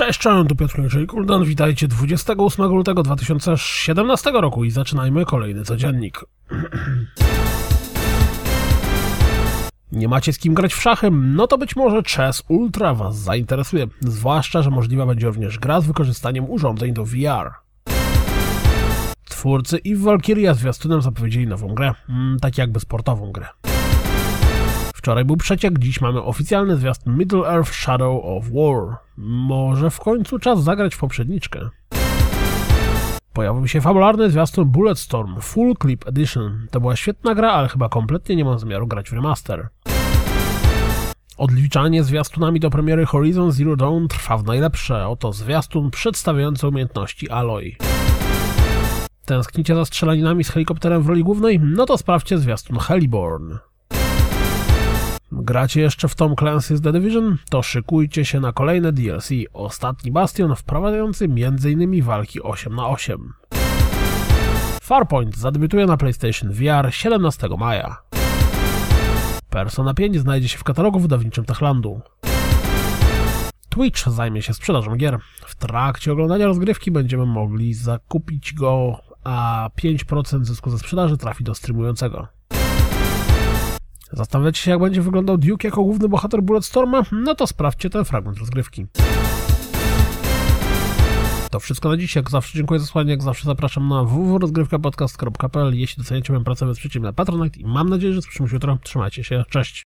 Cześć, tu Piotr Kuldan, witajcie 28 lutego 2017 roku i zaczynajmy kolejny codziennik. Nie macie z kim grać w szachy? No to być może Chess Ultra Was zainteresuje, zwłaszcza, że możliwa będzie również gra z wykorzystaniem urządzeń do VR. Twórcy Eve Valkyria zwiastunem zapowiedzieli nową grę, tak jakby sportową grę. Wczoraj był przeciek, dziś mamy oficjalny zwiastun Middle-earth Shadow of War. Może w końcu czas zagrać w poprzedniczkę. Pojawił się fabularny zwiastun Bulletstorm Full Clip Edition. To była świetna gra, ale chyba kompletnie nie mam zamiaru grać w remaster. Odliczanie zwiastunami do premiery Horizon Zero Dawn trwa w najlepsze. Oto zwiastun przedstawiający umiejętności Aloy. Tęsknicie za strzelaninami z helikopterem w roli głównej? No to sprawdźcie zwiastun Heliborn. Gracie jeszcze w Tom Clancy's The Division? To szykujcie się na kolejne DLC. Ostatni Bastion wprowadzający m.in. walki 8 na 8. Farpoint zadebiutuje na PlayStation VR 17 maja. Persona 5 znajdzie się w katalogu wydawniczym Techlandu. Twitch zajmie się sprzedażą gier. W trakcie oglądania rozgrywki będziemy mogli zakupić go, a 5% zysku ze sprzedaży trafi do streamującego. Zastanawiacie się, jak będzie wyglądał Duke jako główny bohater Bulletstorma? No to sprawdźcie ten fragment rozgrywki. To wszystko na dziś. Jak zawsze dziękuję za słuchanie, jak zawsze zapraszam na www.rozgrywkapodcast.pl. Jeśli doceniacie moją pracę, wesprzyjcie mnie na Patronite i mam nadzieję, że słyszymy się jutro. Trzymajcie się, cześć!